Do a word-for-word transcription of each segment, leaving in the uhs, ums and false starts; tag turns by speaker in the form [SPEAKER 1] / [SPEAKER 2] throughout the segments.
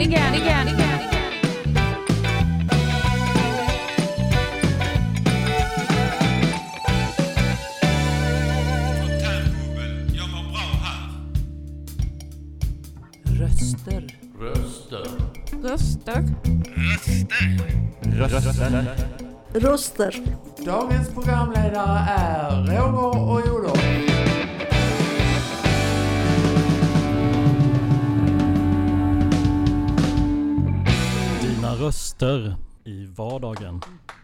[SPEAKER 1] igen, igen, igen.
[SPEAKER 2] Jag mår bra här.
[SPEAKER 3] Röster.
[SPEAKER 2] Röster.
[SPEAKER 1] Röster.
[SPEAKER 2] Röster.
[SPEAKER 3] Röster.
[SPEAKER 4] Röster.
[SPEAKER 5] Dagens programledare är Roger och Olof.
[SPEAKER 3] Dina röster i vardagen.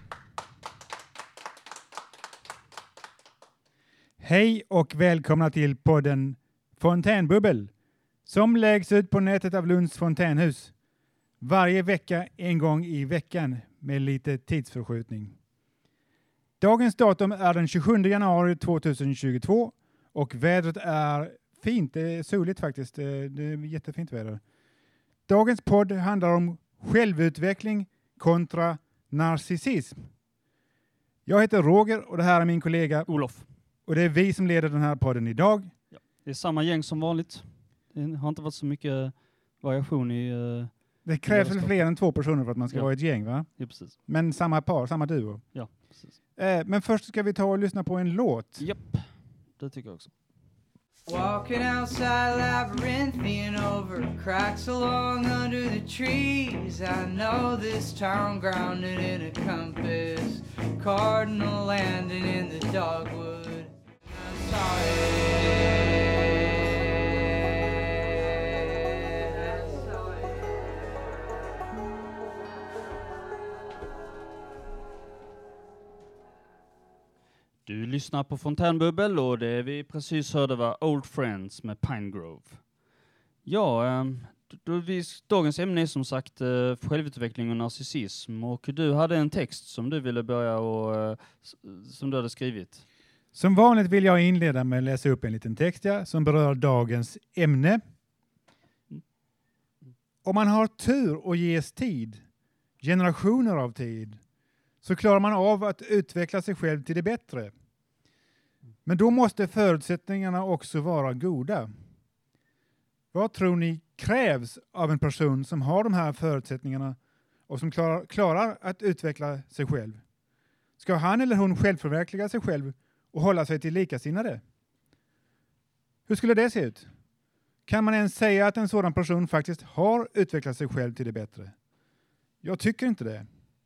[SPEAKER 6] Hej och välkomna till podden Fontänbubbel som läggs ut på nätet av Lunds fontänhus varje vecka en gång i veckan med lite tidsförskjutning. Dagens datum är den tjugosjunde januari tjugohundratjugotvå och vädret är fint, det är soligt faktiskt, det är jättefint väder. Dagens podd handlar om självutveckling kontra narcissism. Jag heter Roger och det här är min kollega
[SPEAKER 7] Olof.
[SPEAKER 6] och det är vi som leder den här podden idag.
[SPEAKER 7] Ja. Det är samma gäng som vanligt. Det har inte varit så mycket variation i... Uh,
[SPEAKER 6] Det krävs väl fler än två personer för att man ska
[SPEAKER 7] ja.
[SPEAKER 6] vara ett gäng, va?
[SPEAKER 7] Ja, precis.
[SPEAKER 6] Men samma par, samma duo.
[SPEAKER 7] Ja, precis.
[SPEAKER 6] Eh, men först ska vi ta och lyssna på en låt.
[SPEAKER 7] Japp, det tycker jag också.
[SPEAKER 8] Walking outside labyrinthian over cracks along under the trees. I know this town grounded in a compass, cardinal landing in the dogwood. I'm sorry.
[SPEAKER 7] Du lyssnar på Fontänbubbel och det vi precis hörde var Old Friends med Pinegrove. Ja, ähm, då vi, dagens ämne är som sagt äh, självutveckling och narcissism. Och du hade en text som du ville börja och äh, som du hade skrivit.
[SPEAKER 6] Som vanligt vill jag inleda med att läsa upp en liten text ja, som berör dagens ämne. Om man har tur och ges tid, generationer av tid, så klarar man av att utveckla sig själv till det bättre. Men då måste förutsättningarna också vara goda. Vad tror ni krävs av en person som har de här förutsättningarna och som klarar, klarar att utveckla sig själv? Ska han eller hon självförverkliga sig själv och hålla sig till likasinnade? Hur skulle det se ut? Kan man ens säga att en sådan person faktiskt har utvecklat sig själv till det bättre? Jag tycker inte det.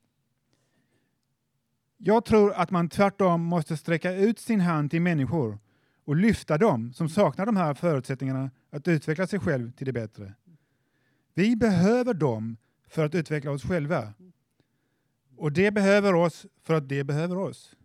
[SPEAKER 6] Jag tror att man tvärtom måste sträcka ut sin hand till människor och lyfta dem som saknar de här förutsättningarna att utveckla sig själv till det bättre. Vi behöver dem för att utveckla oss själva. Och det behöver oss för att det behöver oss.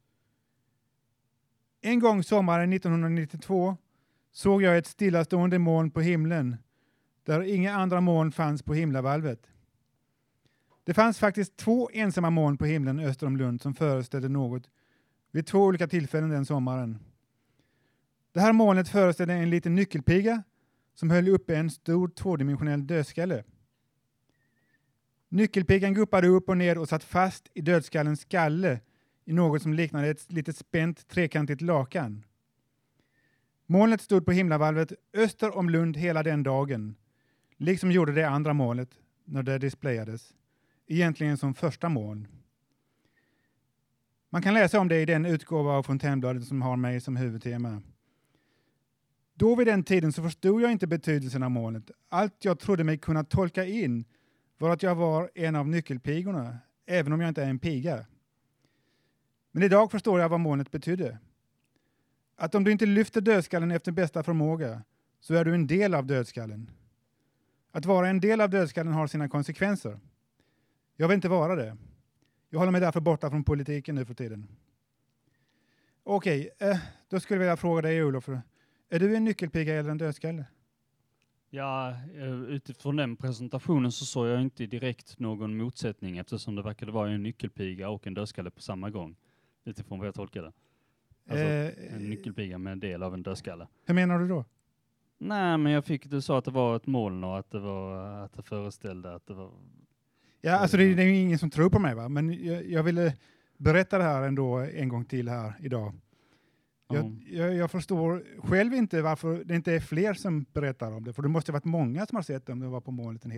[SPEAKER 6] En gång sommaren nittonhundranittiotvå såg jag ett stillastående moln på himlen där inga andra moln fanns på himlavalvet. Det fanns faktiskt två ensamma moln på himlen öster om Lund som föreställde något vid två olika tillfällen den sommaren. Det här molnet föreställde en liten nyckelpiga som höll uppe en stor tvådimensionell dödskalle. Nyckelpigan guppade upp och ner och satt fast i dödskallens skalle i något som liknade ett litet spänt trekantigt lakan. Molnet stod på himlavalvet öster om Lund hela den dagen, liksom gjorde det andra molnet när det displayades. Egentligen som första moln. Man kan läsa om det i den utgåva av Fontänbladet som har mig som huvudtema. Då vid den tiden så förstod jag inte betydelsen av molnet. Allt jag trodde mig kunna tolka in var att jag var en av nyckelpigorna, även om jag inte är en piga. Men idag förstår jag vad molnet betydde. Att om du inte lyfter dödskallen efter bästa förmåga så är du en del av dödskallen. Att vara en del av dödskallen har sina konsekvenser. Jag vill inte vara det. Jag håller mig därför borta från politiken nu för tiden. Okej, eh, då skulle jag vilja fråga dig Olof. Är du en nyckelpiga eller en dödskalle?
[SPEAKER 7] Ja, utifrån den presentationen så såg jag inte direkt någon motsättning eftersom det verkade vara en nyckelpiga och en dödskalle på samma gång. Utifrån vad jag tolkade. Alltså eh, en nyckelpiga med en del av en dödskalle.
[SPEAKER 6] Hur menar du då?
[SPEAKER 7] Nej, men jag fick, du sa att det var ett moln och att det var att det föreställde att det var...
[SPEAKER 6] Ja, alltså det är, det är ju ingen som tror på mig va? Men jag, jag ville berätta det här ändå en gång till här idag. Jag, mm. jag, jag förstår själv inte varför det inte är fler som berättar om det. För det måste ha varit många som har sett det om det var på molnet en hel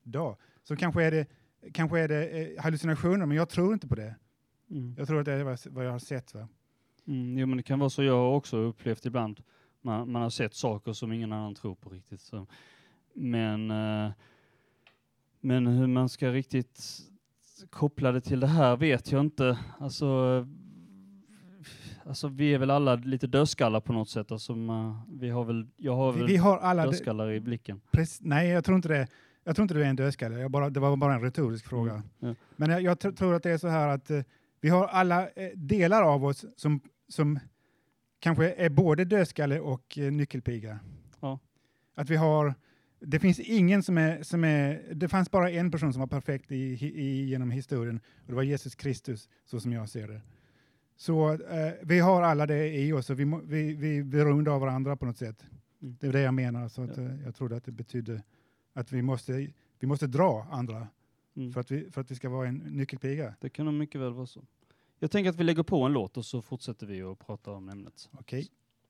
[SPEAKER 6] dag. Så kanske är det, kanske är det eh, hallucinationer, men jag tror inte på det.
[SPEAKER 7] Mm.
[SPEAKER 6] Jag tror att det är vad, vad jag har sett. Va?
[SPEAKER 7] Mm, jo, men det kan vara så jag har också upplevt ibland. Man, man har sett saker som ingen annan tror på riktigt. Så. Men, eh, men hur man ska riktigt koppla det till det här vet jag inte. Alltså, alltså vi är väl alla lite dödskallar på något sätt. Alltså, man, vi har väl, jag har
[SPEAKER 6] Vi,
[SPEAKER 7] väl
[SPEAKER 6] vi har alla
[SPEAKER 7] dödskallar i blicken.
[SPEAKER 6] Prec- nej, jag tror inte det. Jag tror inte du är en dödskalle. Jag bara, det var bara en retorisk fråga.
[SPEAKER 7] Mm, ja.
[SPEAKER 6] Men jag, jag tr- tror att det är så här att eh, vi har alla eh, delar av oss som, som kanske är både dödskalle och eh, nyckelpiga.
[SPEAKER 7] Ja.
[SPEAKER 6] Att vi har, det finns ingen som är, som är, det fanns bara en person som var perfekt i, i, genom historien och det var Jesus Kristus, så som jag ser det. Så eh, vi har alla det i oss och vi, må, vi, vi är beroende av varandra på något sätt.
[SPEAKER 7] Mm.
[SPEAKER 6] Det är det jag menar. Så att,
[SPEAKER 7] Ja.
[SPEAKER 6] eh, jag trodde att det betydde att vi måste, vi måste dra andra
[SPEAKER 7] Mm.
[SPEAKER 6] för, att vi, för att vi ska vara en nyckelpiga.
[SPEAKER 7] Det kan nog mycket väl vara så. Jag tänker att vi lägger på en låt och så fortsätter vi att prata om ämnet.
[SPEAKER 6] Okej.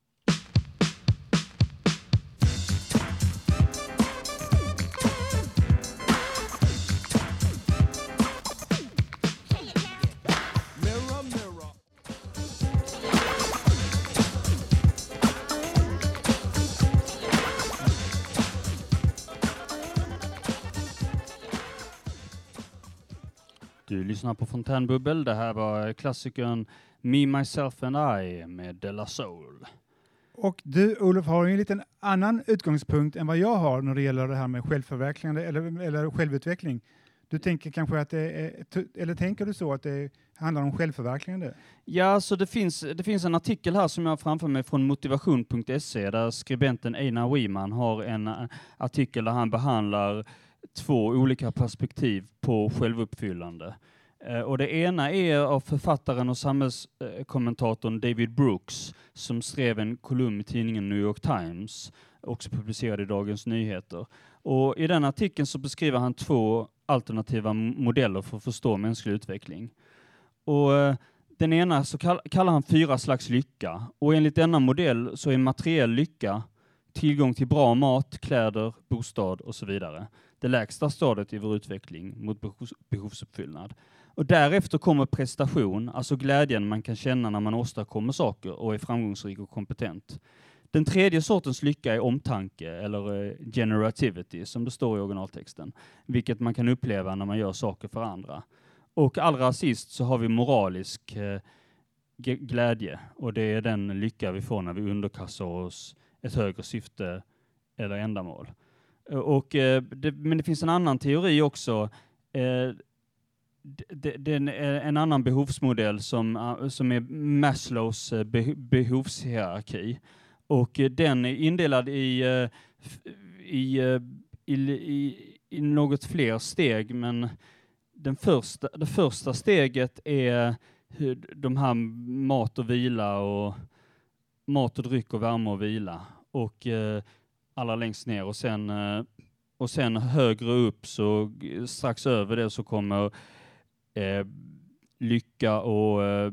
[SPEAKER 7] Du lyssnar på Fontänbubbel. Det här var klassikern Me, Myself and I med De La Soul.
[SPEAKER 6] Och du, Olof, har ju en liten annan utgångspunkt än vad jag har när det gäller det här med självförverkligande eller, eller självutveckling. Du tänker kanske att det är, eller tänker du så att det handlar om självförverkligande?
[SPEAKER 7] Ja, så det finns, det finns en artikel här som jag har framför mig från motivation punkt se där skribenten Einar Wieman har en uh, artikel där han behandlar två olika perspektiv på självuppfyllande. Uh, och det ena är av författaren och samhällskommentatorn David Brooks som skrev en kolumn i tidningen New York Times, också publicerad i Dagens Nyheter. Och i den artikeln så beskriver han två alternativa modeller för att förstå mänsklig utveckling. Och uh, den ena så kall- kallar han fyra slags lycka. Och enligt denna modell så är materiell lycka tillgång till bra mat, kläder, bostad och så vidare det lägsta stadiet i vår utveckling mot behovs- behovsuppfyllnad. Och därefter kommer prestation, alltså glädjen man kan känna när man åstadkommer saker och är framgångsrik och kompetent. Den tredje sortens lycka är omtanke eller eh, generativity som det står i originaltexten, vilket man kan uppleva när man gör saker för andra. Och allra sist så har vi moralisk eh, g- glädje och det är den lycka vi får när vi underkastar oss ett högre syfte eller ändamål. Och, eh, det, men det finns en annan teori också. Eh, det, det är en annan behovsmodell som, uh, som är Maslows uh, be, behovshierarki. Och uh, den är indelad i, uh, f- i, uh, i, i, i något fler steg, men den första, det första steget är hur de här mat och vila och mat och dryck och värme och vila. Och uh, allra längst ner och sen, uh, och sen högre upp så strax över det så kommer Eh, lycka och eh,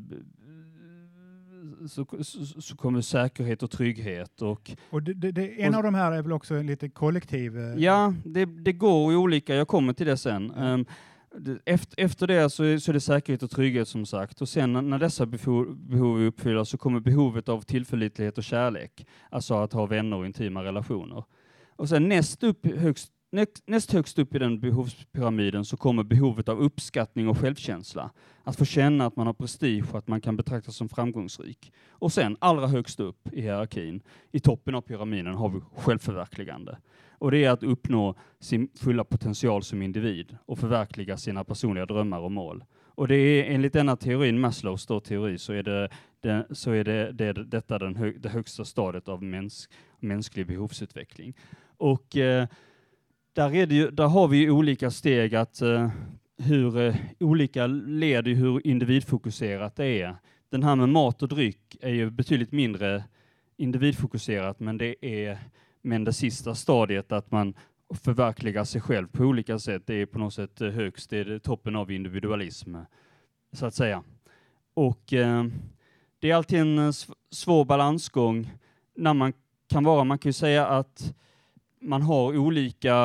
[SPEAKER 7] så, så, så kommer säkerhet och trygghet. Och,
[SPEAKER 6] Och det, det, det, en
[SPEAKER 7] och,
[SPEAKER 6] av de här är väl också lite kollektiv? Eh,
[SPEAKER 7] ja, det, det går i olika, jag kommer till det sen.
[SPEAKER 6] Ja.
[SPEAKER 7] Um, det, efter, efter det så är, så är det säkerhet och trygghet som sagt. Och sen när, när dessa behov, behov är uppfyllda så kommer behovet av tillförlitlighet och kärlek. Alltså att ha vänner och intima relationer. Och sen näst upp högst Näst högst upp i den behovspyramiden så kommer behovet av uppskattning och självkänsla. Att få känna att man har prestige och att man kan betraktas som framgångsrik. Och sen allra högst upp i hierarkin, i toppen av pyramiden, har vi självförverkligande. Och det är att uppnå sin fulla potential som individ och förverkliga sina personliga drömmar och mål. Och det är enligt denna teorin, Maslows då teori, så är det, det, så är det, det, detta den hö, det högsta stadiet av mäns, mänsklig behovsutveckling. Och eh, Där, är det ju, där har vi ju olika steg att uh, hur uh, olika led i hur individfokuserat det är. Den här med mat och dryck är ju betydligt mindre individfokuserat, men det är men det sista stadiet att man förverkligar sig själv på olika sätt, det är på något sätt uh, högst, det är toppen av individualism så att säga. Och uh, det är alltid en uh, svår balansgång när man kan vara, man kan ju säga att man har olika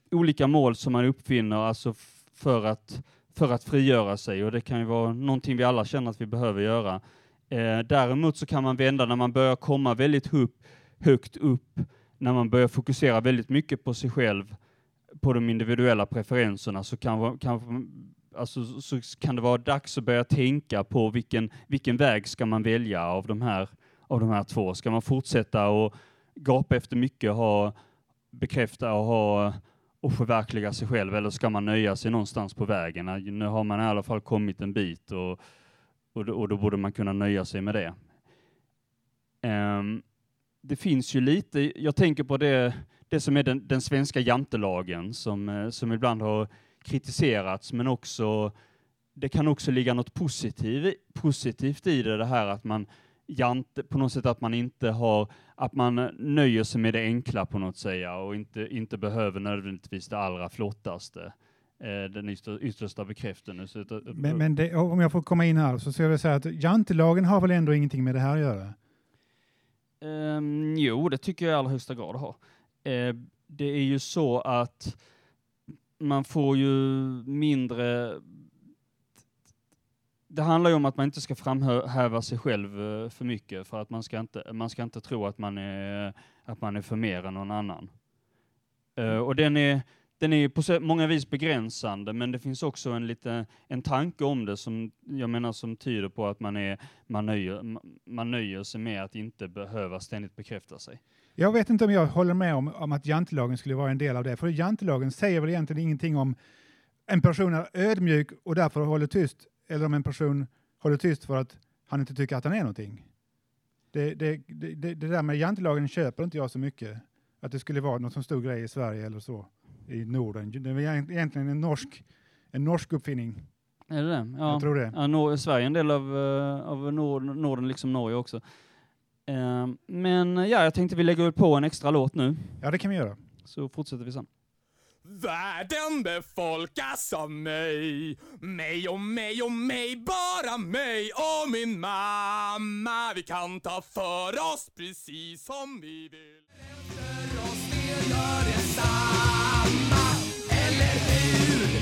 [SPEAKER 7] olika mål som man uppfinner alltså f- för att för att frigöra sig, och det kan ju vara någonting vi alla känner att vi behöver göra. Eh, däremot så kan man vända när man börjar komma väldigt upp, högt upp, när man börjar fokusera väldigt mycket på sig själv, på de individuella preferenserna, så kan, kan, alltså, så kan det vara dags att börja tänka på vilken, vilken väg ska man välja av de här, av de här två. Ska man fortsätta och gapa efter mycket, ha, bekräfta och ha och förverkliga sig själv, eller ska man nöja sig någonstans på vägen? Nu har man i alla fall kommit en bit, och, och, då, och då borde man kunna nöja sig med det. Um, det finns ju lite, jag tänker på det, det som är den, den svenska jantelagen som, som ibland har kritiserats, men också det kan också ligga något positiv, positivt i det, det här att man jante, på något sätt att man inte har, att man nöjer sig med det enkla på något säga, och inte, inte behöver nödvändigtvis det allra flottaste, eh, den yttersta, yttersta bekräftelsen.
[SPEAKER 6] Men, men det, om jag får komma in här så ska jag väl säga att jantelagen har väl ändå ingenting med det här att göra?
[SPEAKER 7] Um, jo, det tycker jag i allra högsta grad har. Uh, det är ju så att man får ju mindre... Det handlar ju om att man inte ska framhäva sig själv uh, för mycket, för att man ska inte, man ska inte tro att man är, att man är för mer än någon annan. Uh, och den är, den är på så många vis begränsande, men det finns också en, lite, en tanke om det som jag menar som tyder på att man, är, man, nöjer, man nöjer sig med att inte behöva ständigt bekräfta sig.
[SPEAKER 6] Jag vet inte om jag håller med om, om att jantelagen skulle vara en del av det. För jantelagen säger väl egentligen ingenting om en person är ödmjuk och därför håller tyst. Eller om en person håller tyst för att han inte tycker att han är någonting. Det, det, det, det, det där med jantelagen köper inte jag så mycket. Att det skulle vara något som stor grej i Sverige eller så. I Norden. Det är egentligen en norsk, en norsk uppfinning.
[SPEAKER 7] Är det det? Ja.
[SPEAKER 6] Jag tror det.
[SPEAKER 7] Ja, Nor- Sverige är en del av, uh, av Nord- Norden, liksom Norge också. Uh, men ja, jag tänkte vi lägger på en extra låt nu.
[SPEAKER 6] Ja, det kan vi göra.
[SPEAKER 7] Så fortsätter vi sen.
[SPEAKER 4] Världen befolkas av mig, mig och mig och mig, bara mig och min mamma. Vi kan ta för oss precis som vi vill. Efter oss det gör detsamma, eller hur?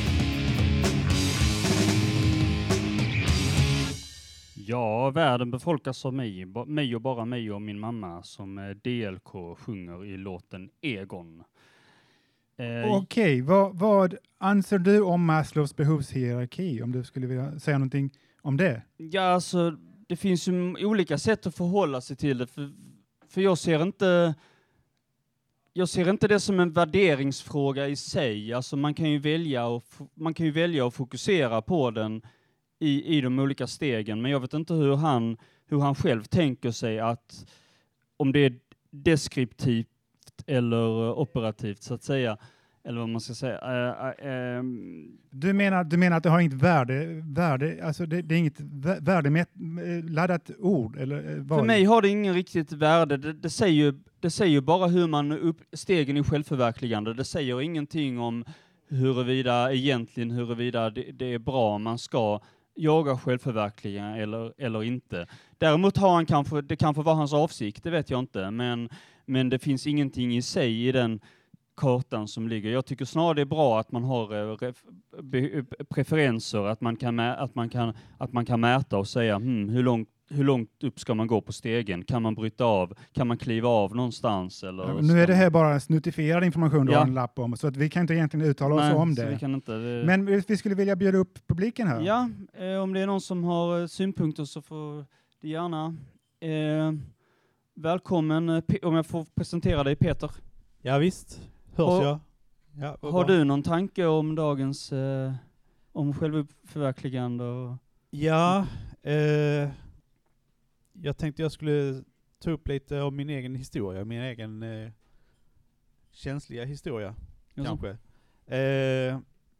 [SPEAKER 7] Ja, världen befolkas av mig, ba- mig och bara mig och min mamma, som eh, D L K sjunger i låten Egon. Eh,
[SPEAKER 6] Okej, okay, vad, vad anser du om Maslows behovshierarki? Om du skulle vilja säga någonting om det?
[SPEAKER 7] Ja, alltså det finns ju olika sätt att förhålla sig till det. För, för jag ser inte jag ser inte det som en värderingsfråga i sig. Alltså man kan ju välja och man kan ju välja att fokusera på den i, i de olika stegen. Men jag vet inte hur han, hur han själv tänker sig att om det är deskriptivt eller operativt så att säga, eller vad man ska säga. Uh, uh, um.
[SPEAKER 6] Du menar, du menar att det har inget värde, värde alltså det, det är inget värdemätt laddat ord? Eller vad?
[SPEAKER 7] För mig har det ingen riktigt värde. Det, det, säger ju, det säger ju bara hur man upp stegen i självförverkligande. Det säger ingenting om huruvida egentligen huruvida det, det är bra man ska jaga självförverkligande eller, eller inte. Däremot har han kanske, det kanske var hans avsikt, det vet jag inte, men Men det finns ingenting i sig i den kartan som ligger. Jag tycker snarare det är bra att man har eh, ref, be, preferenser, att man kan mä, att man kan att man kan mäta och säga hmm, hur långt hur långt upp ska man gå på stegen? Kan man bryta av? Kan man kliva av någonstans eller?
[SPEAKER 6] Ja, nu är det här bara snuttifierad information du
[SPEAKER 7] ja.
[SPEAKER 6] har en lapp om, så att vi kan inte egentligen uttala
[SPEAKER 7] Nej,
[SPEAKER 6] oss om
[SPEAKER 7] så
[SPEAKER 6] det.
[SPEAKER 7] Vi kan inte, det.
[SPEAKER 6] Men vi skulle vilja bjuda upp publiken här.
[SPEAKER 7] Ja, eh, om det är någon som har eh, synpunkter så får det gärna. Eh, Välkommen, om jag får presentera dig, Peter.
[SPEAKER 9] Ja visst, hörs
[SPEAKER 7] har,
[SPEAKER 9] jag. Ja,
[SPEAKER 7] har du någon tanke om dagens, eh, om självförverkligande? Och...
[SPEAKER 9] Ja, eh, jag tänkte jag skulle ta upp lite om min egen historia, min egen eh, känsliga historia,
[SPEAKER 7] Jaså.
[SPEAKER 9] kanske. Eh,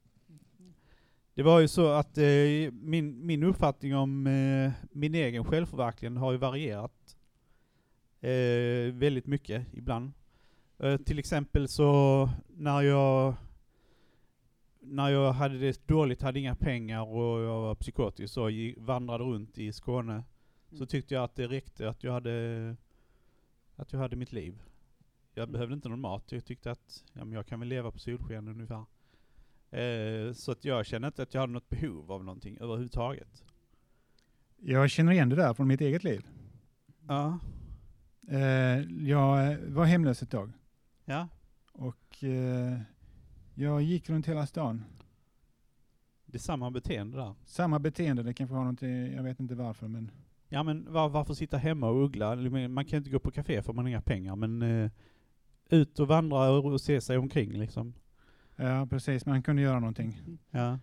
[SPEAKER 9] det var ju så att eh, min, min uppfattning om eh, min egen självförverkligande har ju varierat. Eh, väldigt mycket ibland. Eh, till exempel så när jag när jag hade det dåligt, hade inga pengar och jag var psykotisk och vandrade runt i Skåne, mm. så tyckte jag att det räckte att jag hade att jag hade mitt liv. Jag behövde inte någon mat. Jag tyckte att ja, men jag kan väl leva på solsken ungefär. Eh, så att jag kände inte att jag hade något behov av någonting överhuvudtaget.
[SPEAKER 6] Jag känner igen det där från mitt eget liv.
[SPEAKER 9] Ja.
[SPEAKER 6] Eh, jag var hemlös ett tag.
[SPEAKER 9] Ja.
[SPEAKER 6] Och eh, jag gick runt hela stan.
[SPEAKER 9] Det är samma beteende där.
[SPEAKER 6] Samma beteende, det kanske har någonting, jag vet inte varför, men...
[SPEAKER 9] Ja, men var, varför sitta hemma och uggla? Man kan inte gå på café för man har inga pengar, men eh, ut och vandra och, och se sig omkring liksom.
[SPEAKER 6] Ja, precis. Man kunde göra någonting.
[SPEAKER 9] Ja.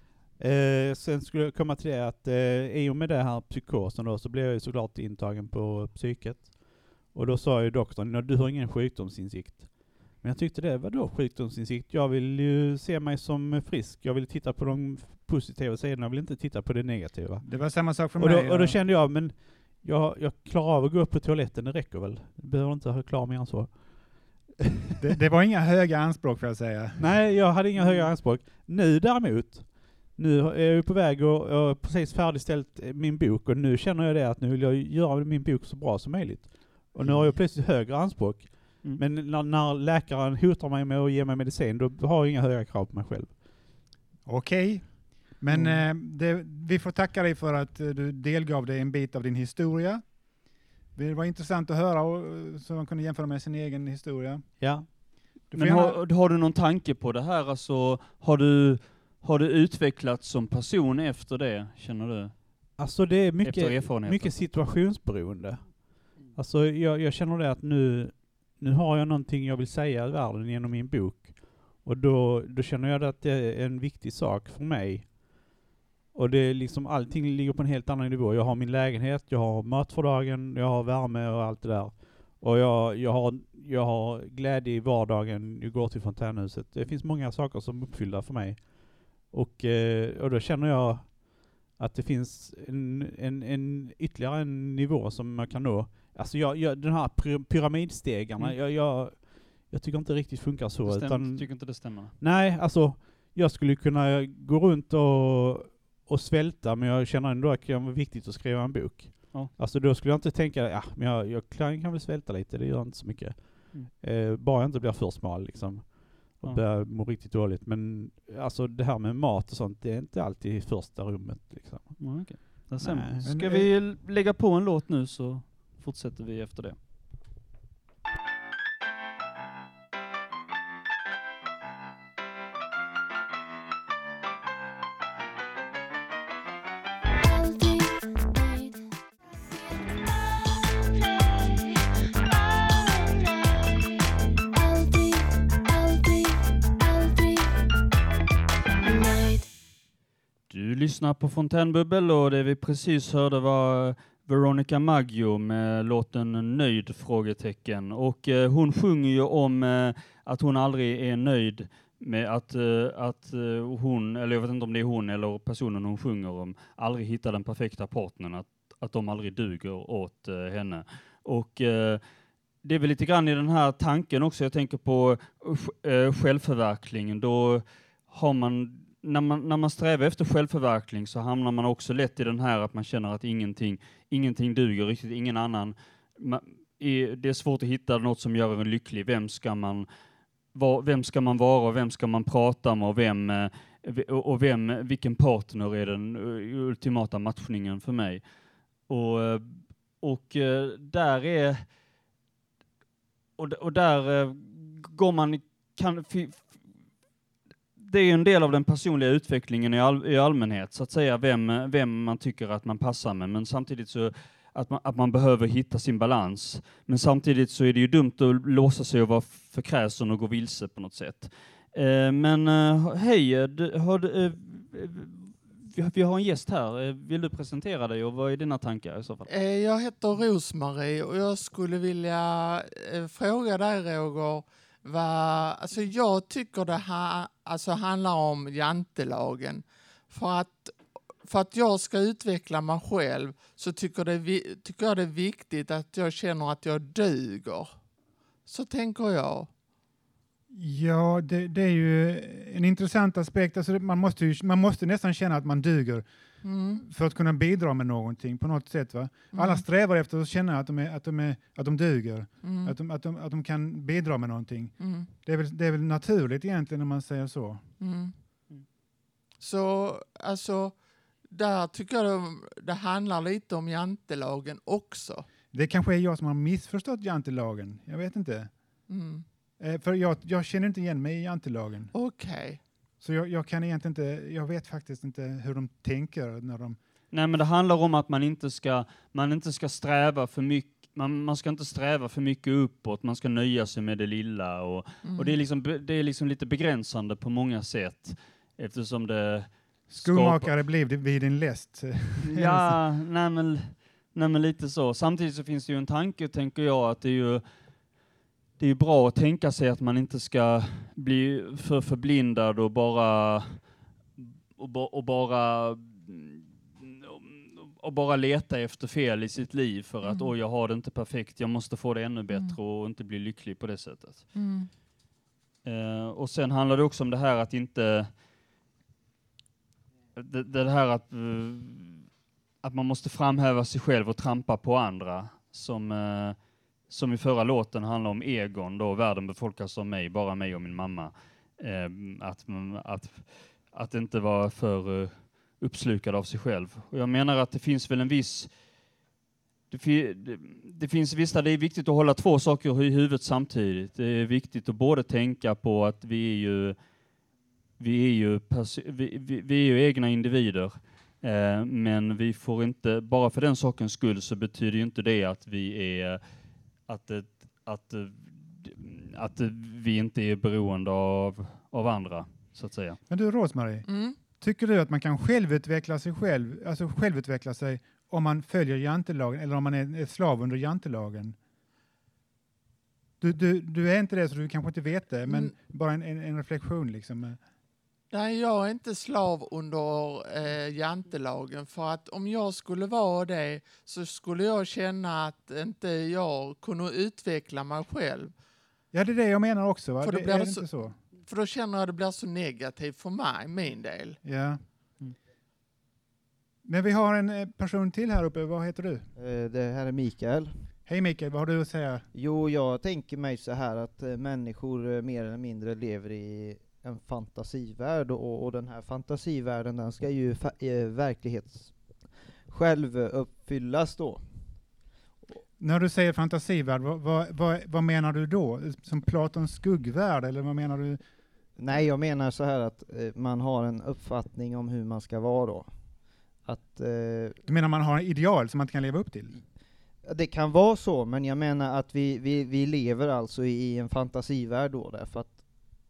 [SPEAKER 9] Eh, sen skulle jag komma till det att eh, i och med det här psykosen då, så blev jag ju såklart intagen på psyket. Och då sa ju doktorn, du har ingen sjukdomsinsikt. Men jag tyckte det var då sjukdomsinsikt. Jag vill ju se mig som frisk. Jag vill titta på de positiva sidorna. Jag vill inte titta på det negativa.
[SPEAKER 6] Det var samma sak för
[SPEAKER 9] och
[SPEAKER 6] mig.
[SPEAKER 9] Då, och då kände jag, men jag, jag klarar av att gå upp på toaletten, det räcker väl. Jag behöver inte ha klar mer än så.
[SPEAKER 6] Det, det var inga höga anspråk för att säga.
[SPEAKER 9] Nej, jag hade inga höga anspråk. Nu däremot, nu är jag på väg och, och precis färdigställt min bok. Och nu känner jag det att nu vill jag göra min bok så bra som möjligt. Och nu har jag plötsligt högre anspråk. Mm. Men när, när läkaren hotar mig med att ge mig medicin, då har jag inga höga krav på mig själv.
[SPEAKER 6] Okej. Okay. Men
[SPEAKER 9] mm.
[SPEAKER 6] eh, det, vi får tacka dig för att eh, du delgav dig en bit av din historia. Det var intressant att höra och, så man kunde jämföra med sin egen historia.
[SPEAKER 9] Ja.
[SPEAKER 7] Du Men gärna... har, har du någon tanke på det här? Alltså, har du, har du utvecklats som person efter det, känner du?
[SPEAKER 9] Alltså det är mycket, mycket situationsberoende. Alltså jag, jag känner det att nu, nu har jag någonting jag vill säga i världen genom min bok. Och då, då känner jag att det är en viktig sak för mig. Och det är liksom, allting ligger på en helt annan nivå. Jag har min lägenhet, jag har mat för dagen, jag har värme och allt det där. Och jag, jag, har, jag har glädje i vardagen, jag går till fontänhuset. Det finns många saker som är uppfyllda för mig. Och, och då känner jag att det finns en, en, en ytterligare en nivå som man kan nå. Alltså jag, jag, den här pyramidstegarna, mm. jag, jag, jag tycker inte riktigt funkar så.
[SPEAKER 7] Stämt,
[SPEAKER 9] utan,
[SPEAKER 7] tycker inte det stämmer.
[SPEAKER 9] Nej, alltså jag skulle kunna gå runt och, och svälta, men jag känner ändå att det kan vara viktigt att skriva en bok. Ja. Alltså då skulle jag inte tänka, ja, men jag, jag kan, kan väl svälta lite, det gör inte så mycket. Mm. Eh, bara jag inte blir för smal liksom. Och ja. börjar må riktigt dåligt. Men alltså det här med mat och sånt, det är inte alltid i första rummet liksom.
[SPEAKER 7] Ja, okay. Nej, ska vi lägga på en låt nu så fortsätter vi efter det. Du lyssnar på Fontänbubbel och det vi precis hörde var Veronica Maggio med låten Nöjd? Frågetecken. Och eh, hon sjunger ju om eh, att hon aldrig är nöjd med att, eh, att eh, hon, eller jag vet inte om det är hon eller personen hon sjunger om, aldrig hittar den perfekta partnern, att, att de aldrig duger åt eh, henne. Och eh, det är väl lite grann i den här tanken också, jag tänker på eh, självförverkligning. Då har man När man, när man strävar efter självförverkling så hamnar man också lätt i den här att man känner att ingenting, ingenting duger riktigt, ingen annan. Man, är, det är svårt att hitta något som gör en lycklig. Vem ska man, var, vem ska man vara och vem ska man prata med och, vem, och vem, vilken partner är den ultimata matchningen för mig. Och, och där är och, och där går man kan det är en del av den personliga utvecklingen i, all, i allmänhet, så att säga, vem, vem man tycker att man passar med, men samtidigt så att man, att man behöver hitta sin balans. Men samtidigt så är det ju dumt att låsa sig och vara för kräsen och gå vilse på något sätt. Eh, men eh, hej, du, har du, eh, vi, vi har en gäst här. Vill du presentera dig och vad är dina tankar i så fall?
[SPEAKER 5] Jag heter Rosmarie och jag skulle vilja eh, fråga dig, Roger. Va, alltså jag tycker det här alltså handlar om jantelagen. För att, för att jag ska utveckla mig själv så tycker, det, tycker jag det är viktigt att jag känner att jag duger. Så tänker jag.
[SPEAKER 6] Ja, det, det är ju en intressant aspekt. Alltså, man, måste ju, man måste nästan känna att man duger
[SPEAKER 5] Mm.
[SPEAKER 6] för att kunna bidra med någonting på något sätt. Va?
[SPEAKER 5] Mm.
[SPEAKER 6] Alla strävar efter att känna att de, är, att de, är, att de duger.
[SPEAKER 5] Mm.
[SPEAKER 6] Att, de, att, de, att de kan bidra med någonting.
[SPEAKER 5] Mm.
[SPEAKER 6] Det är, väl, det är väl naturligt egentligen när man säger så.
[SPEAKER 5] Mm. Så alltså, där tycker jag det, det handlar lite om jantelagen också.
[SPEAKER 6] Det kanske är jag som har missförstått jantelagen. Jag vet inte.
[SPEAKER 5] Mm.
[SPEAKER 6] Eh, för jag, jag känner inte igen mig i jantelagen.
[SPEAKER 5] Okej. Okay.
[SPEAKER 6] Så jag, jag kan egentligen inte, jag vet faktiskt inte hur de tänker när de...
[SPEAKER 7] Nej, men det handlar om att man inte ska, man inte ska sträva för mycket. Man, man ska inte sträva för mycket uppåt, man ska nöja sig med det lilla. Och,
[SPEAKER 5] Mm.
[SPEAKER 7] och det, är liksom, det är liksom lite begränsande på många sätt. Eftersom det...
[SPEAKER 6] Skomakare blev det vid en läst.
[SPEAKER 7] Ja, nej men, nej men lite så. Samtidigt så finns det ju en tanke, tänker jag, att det är ju det är ju bra att tänka sig att man inte ska bli för förblindad och bara och, ba, och bara och bara leta efter fel i sitt liv för att
[SPEAKER 5] Mm.
[SPEAKER 7] oj, jag har det inte perfekt, jag måste få det ännu bättre
[SPEAKER 5] Mm.
[SPEAKER 7] och inte bli lycklig på det sättet.
[SPEAKER 5] Mm.
[SPEAKER 7] Uh, och sen handlar det också om det här att inte det, det här att uh, att man måste framhäva sig själv och trampa på andra som uh, som i förra låten handlar om Egon då, världen befolkas av mig, bara mig och min mamma. Uh, att att att inte vara för uh, uppslukad av sig själv. Och jag menar att det finns väl en viss Det, fi, det, det finns vissa, det är viktigt att hålla två saker i huvudet samtidigt. Det är viktigt att både tänka på att vi är ju vi är ju, perso- vi, vi, vi är ju egna individer, eh, men vi får inte, bara för den sakens skull så betyder ju inte det att vi är att, att, att, att vi inte är beroende av, av andra, så att säga.
[SPEAKER 6] Men du, Rosmarie,
[SPEAKER 5] Mm.
[SPEAKER 6] tycker du att man kan självutveckla sig själv, alltså självutveckla sig om man följer jantelagen eller om man är ett slav under jantelagen? Du, du, du är inte det, så du kanske inte vet det, men
[SPEAKER 5] Mm.
[SPEAKER 6] bara en, en, en reflektion liksom.
[SPEAKER 5] Nej, jag är inte slav under eh, jantelagen, för att om jag skulle vara det så skulle jag känna att inte jag kunde utveckla mig själv.
[SPEAKER 6] Ja, det är det jag menar också, va?
[SPEAKER 5] För då
[SPEAKER 6] det,
[SPEAKER 5] blir
[SPEAKER 6] är
[SPEAKER 5] det
[SPEAKER 6] det
[SPEAKER 5] så-
[SPEAKER 6] inte så?
[SPEAKER 5] För då känner jag att det blir så negativt för mig, min del.
[SPEAKER 6] Ja. Men vi har en eh, person till här uppe. Vad heter du?
[SPEAKER 10] Eh, Det här är Mikael.
[SPEAKER 6] Hej Mikael, vad har du att säga?
[SPEAKER 10] Jo, jag tänker mig så här att eh, människor eh, mer eller mindre lever i en fantasivärld, och, och den här fantasivärlden, den ska ju fa- eh, verklighets själv eh, uppfyllas då.
[SPEAKER 6] När du säger fantasivärld, vad, vad, vad, vad menar du då? Som Platons skuggvärld, eller vad menar du?
[SPEAKER 10] Nej, jag menar så här att eh, man har en uppfattning om hur man ska vara då. Att eh,
[SPEAKER 6] Du menar man har en ideal som man inte kan leva upp till?
[SPEAKER 10] det kan vara så, men jag menar att vi, vi, vi lever alltså i en fantasivärld då, därför att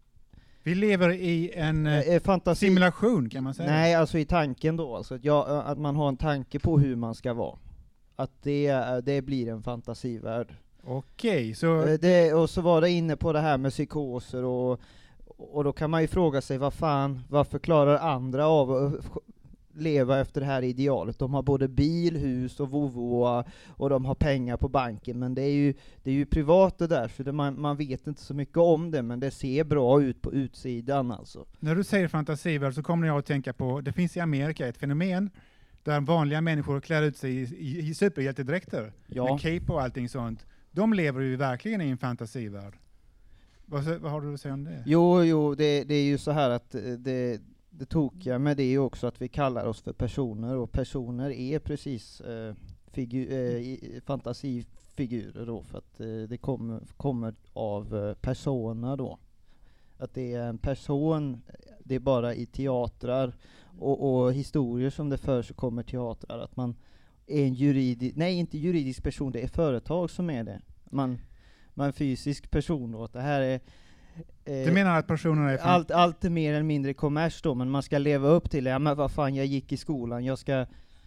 [SPEAKER 6] Vi lever i en eh,
[SPEAKER 10] eh, fantasi-
[SPEAKER 6] simulation, kan man säga.
[SPEAKER 10] Nej, alltså i tanken då, alltså att, jag, att man har en tanke på hur man ska vara. Att det, är- det blir en fantasivärld.
[SPEAKER 6] Okej, så
[SPEAKER 10] Eh, Det, och så var det inne på det här med psykoser, och, och då kan man ju fråga sig, vad fan, varför klarar andra av att f- leva efter det här idealet? De har både bil, hus och vovo, och de har pengar på banken, men det är ju, det är ju privat det där, så det, man, man vet inte så mycket om det, men det ser bra ut på utsidan alltså.
[SPEAKER 6] när du säger fantasivärld så kommer jag att tänka på, det finns i Amerika ett fenomen där vanliga människor klär ut sig i, i, i superhjältedräkter.
[SPEAKER 10] Ja.
[SPEAKER 6] Med cape och allting sånt. De lever ju verkligen i en fantasivärld. Vad, sä- vad har du att säga om det?
[SPEAKER 10] Jo, jo, det, det är ju så här att eh, det, det tokiga med det är ju också att vi kallar oss för personer, och personer är precis eh, figu- eh, i- fantasifigurer då, för att eh, det kommer, kommer av eh, persona då. Att det är en person, det är bara i teatrar och, och historier som det för så kommer teatrar, att man är en juridisk, nej inte juridisk person, det är företag som är det. Man, man är en fysisk person då, att det här är eh,
[SPEAKER 6] Du menar att personerna är fan-
[SPEAKER 10] allt, allt är mer eller mindre kommers då, men man ska leva upp till det. Ja, men vad fan, jag gick i skolan, jag ska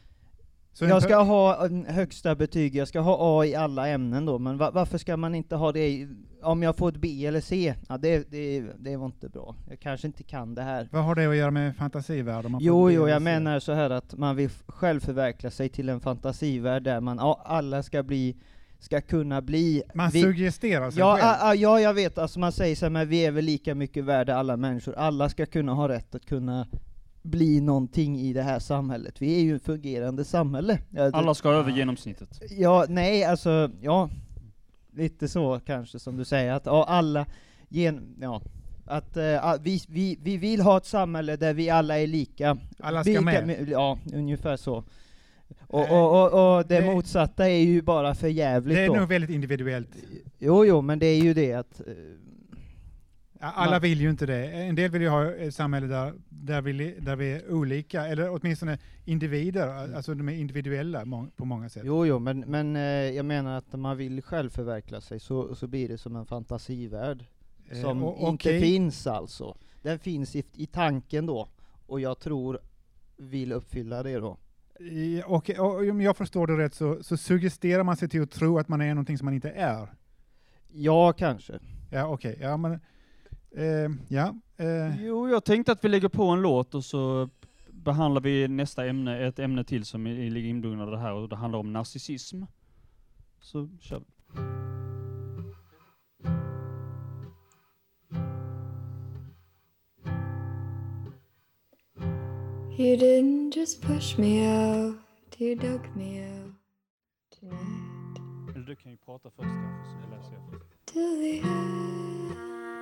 [SPEAKER 6] Så en
[SPEAKER 10] jag
[SPEAKER 6] per-
[SPEAKER 10] ska ha en högsta betyg, jag ska ha A i alla ämnen då, men va, varför ska man inte ha det i, om jag får ett B eller C? Ja, det, det, det var inte bra. Jag kanske inte kan det här.
[SPEAKER 6] Vad har det att göra med fantasivärld? om man får
[SPEAKER 10] Jo,
[SPEAKER 6] det
[SPEAKER 10] jo,
[SPEAKER 6] att
[SPEAKER 10] jag
[SPEAKER 6] se?
[SPEAKER 10] menar så här att man vill f- själv förverkliga sig till en fantasivärld där man, ja, alla ska bli ska kunna bli...
[SPEAKER 6] Man
[SPEAKER 10] vi,
[SPEAKER 6] suggesterar sig
[SPEAKER 10] ja,
[SPEAKER 6] själv.
[SPEAKER 10] a, a, ja, jag vet. Alltså man säger så här, men vi är väl lika mycket värda alla människor. Alla ska kunna ha rätt att kunna bli någonting i det här samhället. Vi är ju ett fungerande samhälle. Ja,
[SPEAKER 7] Alla ska över genomsnittet.
[SPEAKER 10] Ja, nej, alltså, ja, lite så kanske som du säger, att ja, alla, gen, ja, att uh, vi, vi, vi vill ha ett samhälle där vi alla är lika.
[SPEAKER 6] Alla ska
[SPEAKER 10] lika,
[SPEAKER 6] med.
[SPEAKER 10] Ja, ungefär så. Och, och, och, och det, det motsatta är ju bara för jävligt.
[SPEAKER 6] Det är
[SPEAKER 10] då.
[SPEAKER 6] nog väldigt individuellt.
[SPEAKER 10] Jo, jo, men det är ju det att... Uh,
[SPEAKER 6] Alla man, vill ju inte det. En del vill ju ha ett samhälle där, där, vi, där vi är olika, eller åtminstone individer, alltså de är individuella må, på många sätt.
[SPEAKER 10] Jo, jo, men, men eh, jag menar att när man vill själv förverkliga sig så, så blir det som en fantasivärld eh, som och, inte okay. finns alltså. Den finns i, i tanken då, och jag tror vill uppfylla det då.
[SPEAKER 6] I, och, och om jag förstår det rätt så, så suggesterar man sig till att tro att man är någonting som man inte är.
[SPEAKER 10] Ja, kanske.
[SPEAKER 6] Ja, okej. Okay. Ja, men... Uh, ja. Uh.
[SPEAKER 7] Jo, jag tänkte att vi lägger på en låt och så behandlar vi nästa ämne, ett ämne till som ligger inbundna i det här, och det handlar om narcissism. Så kör vi.
[SPEAKER 11] You didn't just push me out, you dug me out tonight.
[SPEAKER 7] Eller du kan ju prata först kanske, så läser jag först.
[SPEAKER 11] To the end.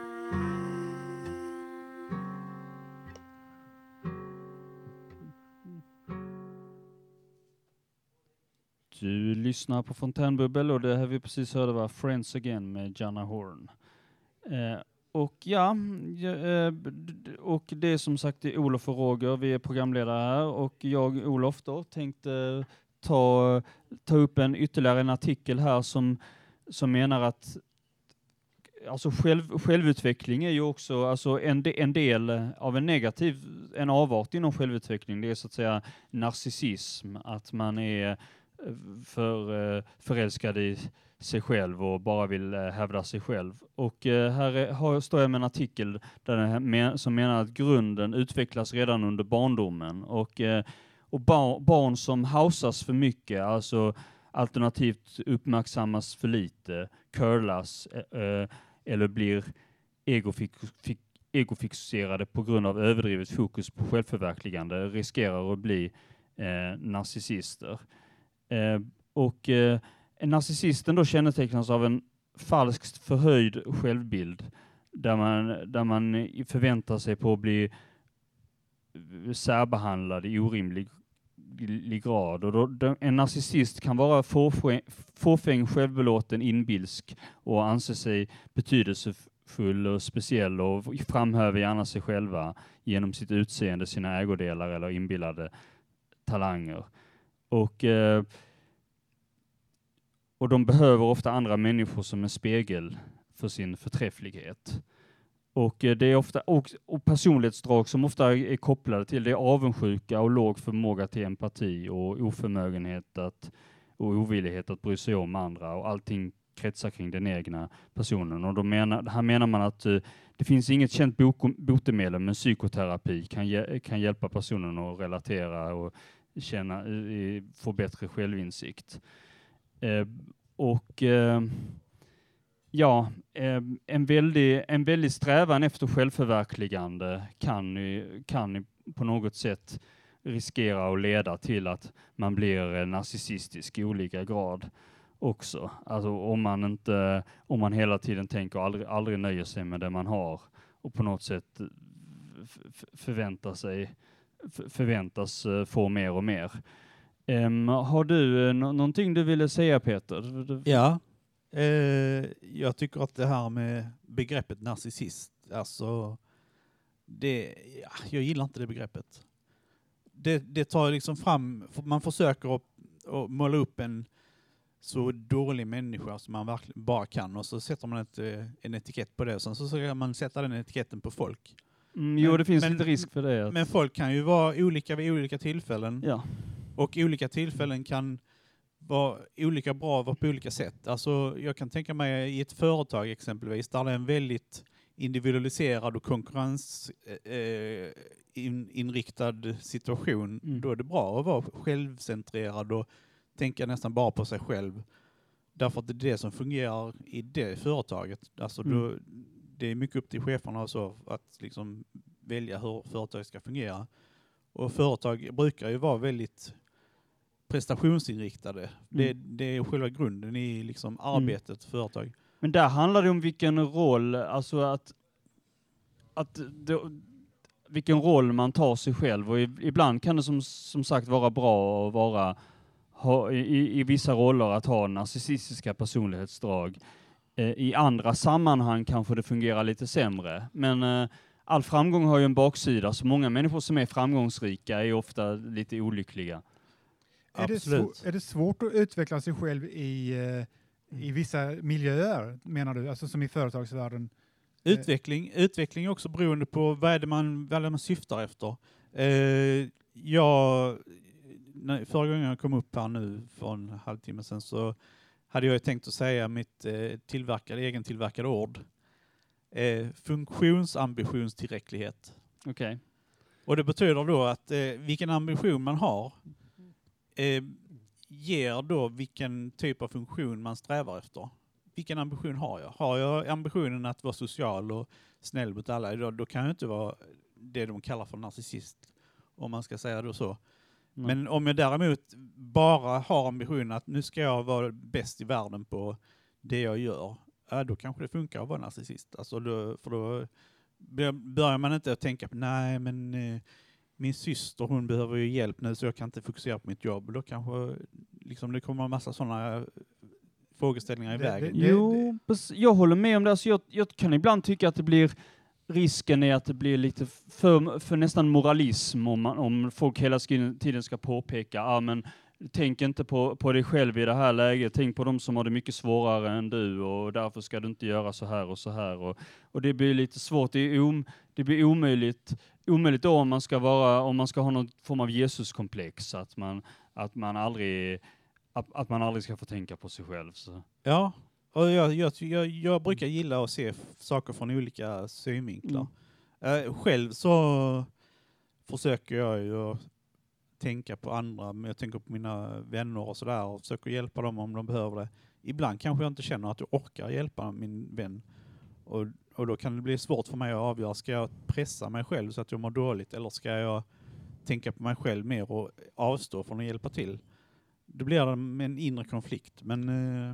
[SPEAKER 7] Du lyssnar på Fontänbubbel, och det här vi precis hörde var Friends Again med Janna Horn. Eh, och ja, eh, och det är som sagt Olof och Roger, vi är programledare här, och jag, Olof då, tänkte ta, ta upp en ytterligare en artikel här som, som menar att alltså själv, självutveckling är ju också alltså en, de, en del av en negativ, en avart inom självutveckling. Det är så att säga narcissism, att man är för förälskad i sig själv och bara vill hävda sig själv. Och här är, har, står jag med en artikel där men, som menar att grunden utvecklas redan under barndomen. Och, och bar, barn som hausas för mycket, alltså alternativt uppmärksammas för lite, curlas eh, eller blir egofix, egofixerade på grund av överdrivet fokus på självförverkligande, riskerar att bli eh, narcissister. Eh, och eh, narcissisten då kännetecknas av en falskt förhöjd självbild där man, där man förväntar sig på att bli särbehandlad i orimlig grad. Och då, då, en narcissist kan vara fåfäng, fåfäng, självbelåten, inbilsk och anse sig betydelsefull och speciell och framhäver gärna sig själva genom sitt utseende, sina ägodelar eller inbillade talanger. Och, eh, och de behöver ofta andra människor som en spegel för sin förträfflighet. Och eh, det är ofta och, och personlighetsdrag som ofta är kopplade till det är avundsjuka och låg förmåga till empati och oförmögenhet att, och ovillighet att bry sig om andra, och allting kretsar kring den egna personen. Och då menar, här menar man att eh, det finns inget känt bok, botemedel, men psykoterapi kan, ge, kan hjälpa personen att relatera och känna, få bättre självinsikt. Eh, och eh, ja, eh, en väldig en väldig strävan efter självförverkligande kan kan på något sätt riskera att leda till att man blir narcissistisk i olika grad också. Alltså om man inte om man hela tiden tänker och aldrig aldrig nöjer sig med det man har och på något sätt f- förväntar sig förväntas uh, få mer och mer. Um, har du uh, no- någonting du ville säga, Peter?
[SPEAKER 9] Ja, uh, jag tycker att det här med begreppet narcissist, alltså det, ja, jag gillar inte det begreppet. Det, det tar liksom fram, man försöker att, att måla upp en så dålig människa som man verkligen bara kan, och så sätter man ett, en etikett på det, och sen så ska man sätta den etiketten på folk.
[SPEAKER 7] Mm, jo, det finns
[SPEAKER 9] men,
[SPEAKER 7] lite risk för det. Att...
[SPEAKER 9] Men folk kan ju vara olika vid olika tillfällen.
[SPEAKER 7] Ja.
[SPEAKER 9] Och olika tillfällen kan vara olika bra på olika sätt. Alltså, jag kan tänka mig i ett företag exempelvis, där det är en väldigt individualiserad och konkurrensinriktad eh, situation. Mm. Då är det bra att vara självcentrerad och tänka nästan bara på sig själv. Därför att det är det som fungerar i det företaget. Alltså
[SPEAKER 3] Mm.
[SPEAKER 9] då, det är mycket upp till cheferna och så att liksom välja hur företaget ska fungera. Och företag brukar ju vara väldigt prestationsinriktade. Mm. Det, det är själva grunden i liksom arbetet mm. företag.
[SPEAKER 7] Men där handlar det om vilken roll, alltså att, att det, vilken roll man tar sig själv. Och i, ibland kan det som, som sagt vara bra att vara ha, i, i vissa roller att ha narcissistiska personlighetsdrag. Eh, I andra sammanhang kanske det fungerar lite sämre. Men eh, all framgång har ju en baksida, så många människor som är framgångsrika är ofta lite olyckliga.
[SPEAKER 6] Är det, svår, är det svårt att utveckla sig själv i, uh, i vissa miljöer, menar du? Alltså som i företagsvärlden?
[SPEAKER 9] Utveckling, utveckling är också beroende på vad är det man, vad är det man syftar efter. Uh, jag, när, förra gången jag kom upp här nu för en halvtimme sedan så hade jag tänkt att säga mitt uh, tillverkade, egen tillverkade ord. Uh, funktionsambitionstillräcklighet.
[SPEAKER 7] Okej. Okay.
[SPEAKER 9] Och det betyder då att uh, vilken ambition man har Eh, ger då vilken typ av funktion man strävar efter. Vilken ambition har jag? Har jag ambitionen att vara social och snäll mot alla, då, då kan jag inte vara det de kallar för narcissist, om man ska säga det så. Mm. Men om jag däremot bara har ambitionen att nu ska jag vara bäst i världen på det jag gör, ja, då kanske det funkar att vara narcissist. Alltså då, för då börjar man inte att tänka på, nej men eh, min syster, hon behöver ju hjälp nu så jag kan inte fokusera på mitt jobb. Då kanske liksom, det kommer en massa sådana frågeställningar i det, vägen.
[SPEAKER 7] Det, det, jo, det. Jag håller med om det. Alltså jag, jag kan ibland tycka att det blir risken är att det blir lite för, för nästan moralism om, man, om folk hela tiden ska påpeka ah, men tänk inte på, på dig själv i det här läget. Tänk på de som har det mycket svårare än du och därför ska du inte göra så här och så här. Och, och det blir lite svårt. Det, är om, det blir omöjligt, omöjligt då om man ska vara, om man ska ha någon form av Jesuskomplex. Att man, att man, aldrig, att, att man aldrig ska få tänka på sig själv. Så.
[SPEAKER 9] Ja, och jag, jag, jag, jag brukar gilla att se saker från olika synvinklar. Mm. Uh, själv så försöker jag ju tänka på andra, men jag tänker på mina vänner och sådär och försöker hjälpa dem om de behöver det. Ibland kanske jag inte känner att jag orkar hjälpa min vän och, och då kan det bli svårt för mig att avgöra, ska jag pressa mig själv så att jag mår dåligt eller ska jag tänka på mig själv mer och avstå från att hjälpa till. Det blir en inre konflikt, men uh,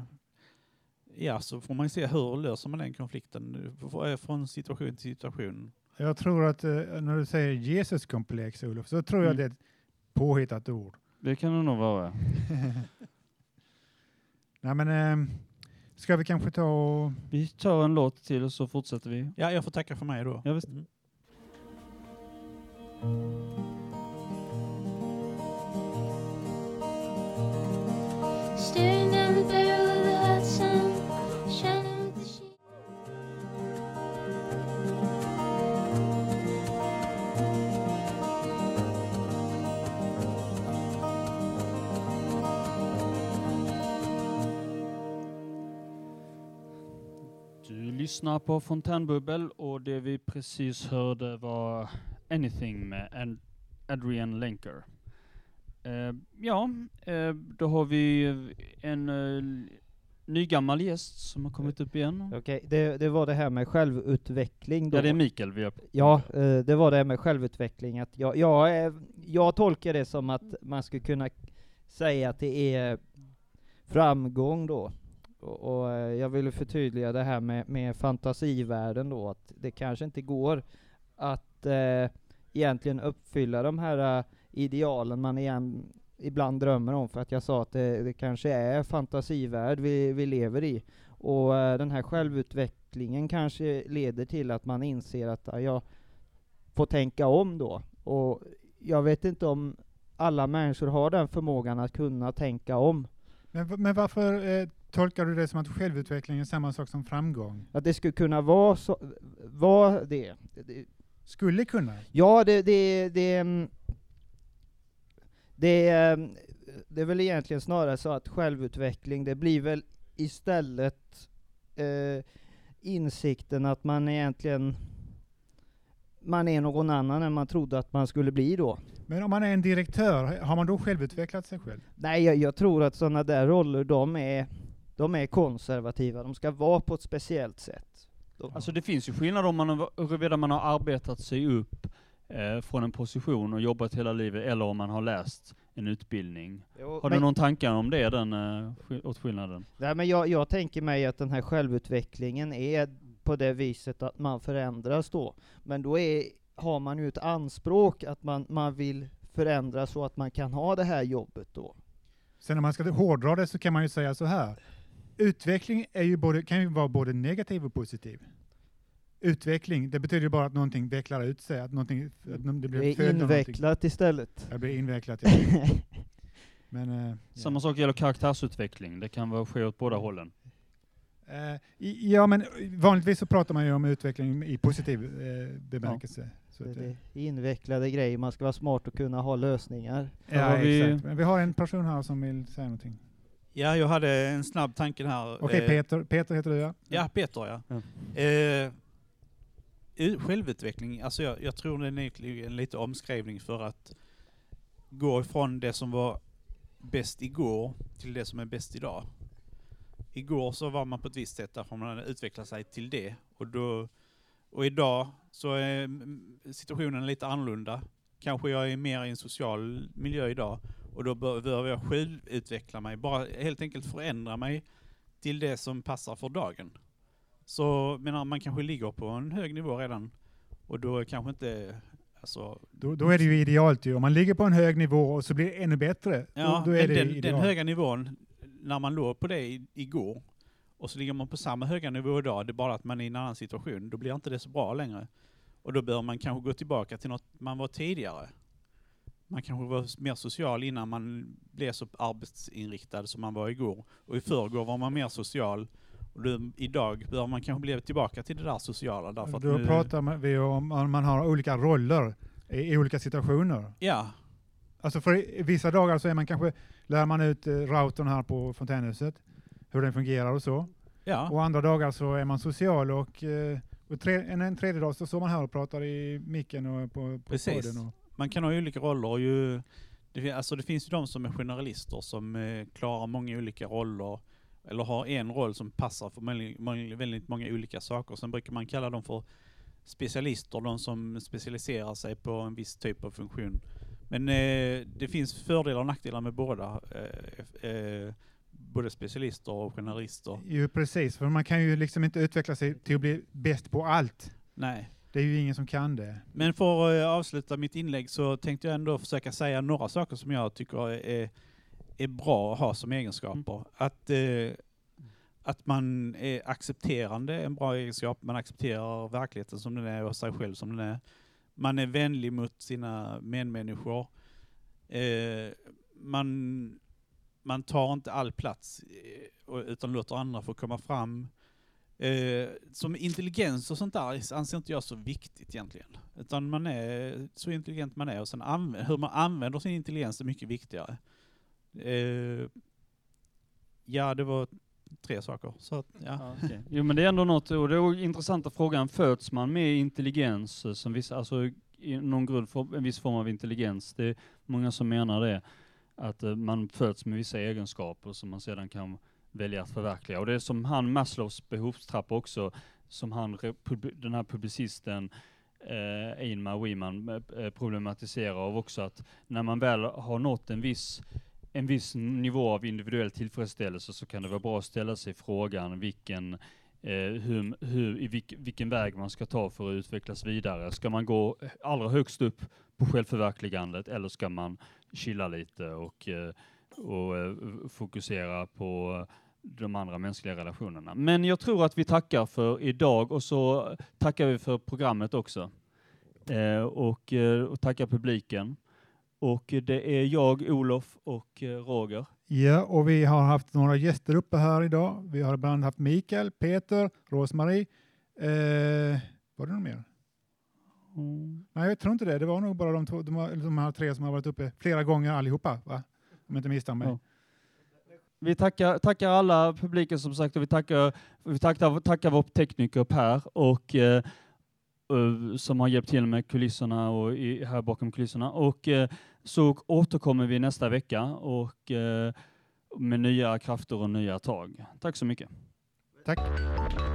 [SPEAKER 9] ja, så får man se hur löser man den konflikten från situation till situation.
[SPEAKER 6] Jag tror att uh, när du säger Jesuskomplex, Olof, så tror jag mm. det är ett påhittat ord.
[SPEAKER 7] Det kan det nog vara.
[SPEAKER 6] Nej, men äh, ska vi kanske ta och...
[SPEAKER 7] Vi tar en låt till och så fortsätter vi.
[SPEAKER 9] Ja, jag får tacka för mig då.
[SPEAKER 7] Ja, visst.
[SPEAKER 9] Mm.
[SPEAKER 12] Staring down the barrel of the hot sun, shining with the sheet.
[SPEAKER 7] Du lyssnar på Fontänbubbel och det vi precis hörde var Anything med Ad- Adrian Lenker. Uh, ja, uh, då har vi en uh, ny gammal gäst som har kommit upp igen.
[SPEAKER 10] Okej, okay, det, det var det här med självutveckling då.
[SPEAKER 7] Ja, det är Mikael vi har.
[SPEAKER 10] Ja, uh, det var det här med självutveckling. Att jag, jag, uh, jag tolkar det som att man skulle kunna säga att det är framgång då. Och, och jag vill förtydliga det här med, med fantasivärlden då, att det kanske inte går att eh, egentligen uppfylla de här uh, idealen man igen, ibland drömmer om, för att jag sa att det, det kanske är fantasivärld vi, vi lever i. Och uh, den här självutvecklingen kanske leder till att man inser att uh, jag får tänka om då. Och jag vet inte om alla människor har den förmågan att kunna tänka om.
[SPEAKER 6] Men, men varför eh, tolkar du det som att självutveckling är samma sak som framgång?
[SPEAKER 10] Att det skulle kunna vara, så, vara det. det.
[SPEAKER 6] Skulle kunna?
[SPEAKER 10] Ja, det, det, det, det, det är väl egentligen snarare så att självutveckling, det blir väl istället eh, insikten att man egentligen man är någon annan än man trodde att man skulle bli då.
[SPEAKER 6] Men om man är en direktör, har man då självutvecklat sig själv?
[SPEAKER 10] Nej, jag, jag tror att sådana där roller, de är De är konservativa, de ska vara på ett speciellt sätt. De,
[SPEAKER 7] Alltså det finns ju skillnad om man har, huruvida man har arbetat sig upp eh, från en position och jobbat hela livet eller om man har läst en utbildning.
[SPEAKER 10] Jo,
[SPEAKER 7] har du
[SPEAKER 10] men-
[SPEAKER 7] någon tankar om det, den eh, sk- åtskillnaden?
[SPEAKER 10] Nej, men jag, jag tänker mig att den här självutvecklingen är på det viset att man förändras då. Men då är, har man ju ett anspråk att man, man vill förändras så att man kan ha det här jobbet då.
[SPEAKER 6] Sen när man ska hårdra det så kan man ju säga så här. Utveckling är ju både, kan ju vara både negativ och positiv. Utveckling, det betyder ju bara att någonting vecklar ut sig. Att någonting, att det blir
[SPEAKER 10] Det är
[SPEAKER 6] följd av
[SPEAKER 10] invecklat
[SPEAKER 6] någonting.
[SPEAKER 10] istället.
[SPEAKER 6] Det blir invecklat, ja. Men, eh,
[SPEAKER 7] Samma sak gäller karaktärsutveckling. Det kan vara ske åt båda hållen.
[SPEAKER 6] eh, i- ja, men vanligtvis så pratar man ju om utveckling i positiv eh, bemärkelse. Så
[SPEAKER 10] Det
[SPEAKER 6] att,
[SPEAKER 10] är
[SPEAKER 6] eh,
[SPEAKER 10] det invecklade grejer, man ska vara smart och kunna ha lösningar.
[SPEAKER 6] ja,
[SPEAKER 7] har vi-
[SPEAKER 6] exakt. Men vi har en person här som vill säga någonting.
[SPEAKER 9] Ja, jag hade en snabb tanke här.
[SPEAKER 6] Okej,
[SPEAKER 9] Eh,
[SPEAKER 6] Peter. Peter heter du, ja.
[SPEAKER 9] Ja, Peter, ja.
[SPEAKER 7] Ja.
[SPEAKER 9] Eh, u- självutveckling, alltså jag, jag tror det är egentligen lite omskrivning för att gå ifrån det som var bäst igår till det som är bäst idag. Igår så var man på ett visst sätt, därför man utvecklat sig till det. Och, då, och idag så är mm, situationen lite annorlunda. Kanske jag är mer i en social miljö idag och då bör- behöver jag själv utveckla mig. Bara helt enkelt förändra mig till det som passar för dagen. Så menar man kanske ligger på en hög nivå redan och då kanske inte... Alltså,
[SPEAKER 6] Då, då är det ju idealt ju. Om man ligger på en hög nivå och så blir det ännu bättre.
[SPEAKER 9] ja,
[SPEAKER 6] då, då är
[SPEAKER 9] men
[SPEAKER 6] det
[SPEAKER 9] den,
[SPEAKER 6] ideal.
[SPEAKER 9] den höga nivån, när man låg på det i, igår och så ligger man på samma höga nivå idag, det är bara att man är i en annan situation, då blir inte det så bra längre. Och då bör man kanske gå tillbaka till något man var tidigare. Man kanske var mer social innan man blev så arbetsinriktad som man var igår. Och i förrgår var man mer social. Och då, idag bör man kanske bli tillbaka till det där sociala. Därför att
[SPEAKER 6] Då
[SPEAKER 9] nu,
[SPEAKER 6] pratar man, vi om att man har olika roller i, i olika situationer.
[SPEAKER 9] Ja,
[SPEAKER 6] Alltså för i, i vissa dagar så är man kanske, lär man ut eh, routern här på fontänhuset, hur den fungerar och så.
[SPEAKER 9] ja.
[SPEAKER 6] Och andra dagar så är man social och, eh, och tre, en, en tredje dag så står man här och pratar i micken och på, på
[SPEAKER 9] Precis.
[SPEAKER 6] podden. Och,
[SPEAKER 9] Man kan ha olika roller. Och ju, det, fin- alltså det finns ju de som är generalister som eh, klarar många olika roller. Eller har en roll som passar för väldigt, många- väldigt många olika saker. Sen brukar man kalla dem för specialister. De som specialiserar sig på en viss typ av funktion. Men eh, det finns fördelar och nackdelar med båda. Eh, eh, både specialister och generalister.
[SPEAKER 6] ju precis, för man kan ju liksom inte utveckla sig till att bli bäst på allt.
[SPEAKER 9] Nej.
[SPEAKER 6] Det är ju ingen som kan det.
[SPEAKER 9] Men för att eh, avsluta mitt inlägg så tänkte jag ändå försöka säga några saker som jag tycker är, är bra att ha som egenskaper. Mm. Att, eh, att man är accepterande, en bra egenskap. Man accepterar verkligheten som den är och sig själv som den är. Man är vänlig mot sina medmänniskor. Eh, man, man tar inte all plats eh, utan låter andra få komma fram. Eh, som intelligens och sånt där anser inte jag så viktigt egentligen. Utan man är så intelligent man är och sen anv- hur man använder sin intelligens är mycket viktigare. Eh, ja, det var tre saker. Så att, ja.
[SPEAKER 7] Ja, okay. Jo, men det är ändå något, och det är intressanta frågan, föds man med intelligens som vissa, alltså i någon grund för en viss form av intelligens? Det är många som menar det, att uh, man föds med vissa egenskaper som man sedan kan välja att förverkliga. Och det är som han Maslows behovstrappa också, som han, den här publicisten eh, Einmar Wiman eh, problematiserar av också, att när man väl har nått en viss en viss nivå av individuell tillfredsställelse så kan det vara bra att ställa sig frågan vilken, eh, hur, hur, i vilk, vilken väg man ska ta för att utvecklas vidare. Ska man gå allra högst upp på självförverkligandet eller ska man chilla lite och, eh, och eh, fokusera på de andra mänskliga relationerna. Men jag tror att vi tackar för idag och så tackar vi för programmet också. Eh, och, eh, och tackar publiken. Och det är jag, Olof och Roger.
[SPEAKER 6] Ja, och vi har haft några gäster uppe här idag. Vi har bland annat haft Mikael, Peter, Rosmarie. Eh, var det någon mer? Mm. Nej, jag tror inte det. Det var nog bara de, två, de, de här tre som har varit uppe flera gånger allihopa, va? Om jag inte misstar mig.
[SPEAKER 7] Ja. Vi tackar, tackar alla publiken som sagt och vi tackar, vi tackar, tackar vår tekniker Per och eh, som har hjälpt till med kulisserna och i, här bakom kulisserna. Och eh, så återkommer vi nästa vecka och, eh, med nya krafter och nya tag. Tack så mycket.
[SPEAKER 6] Tack.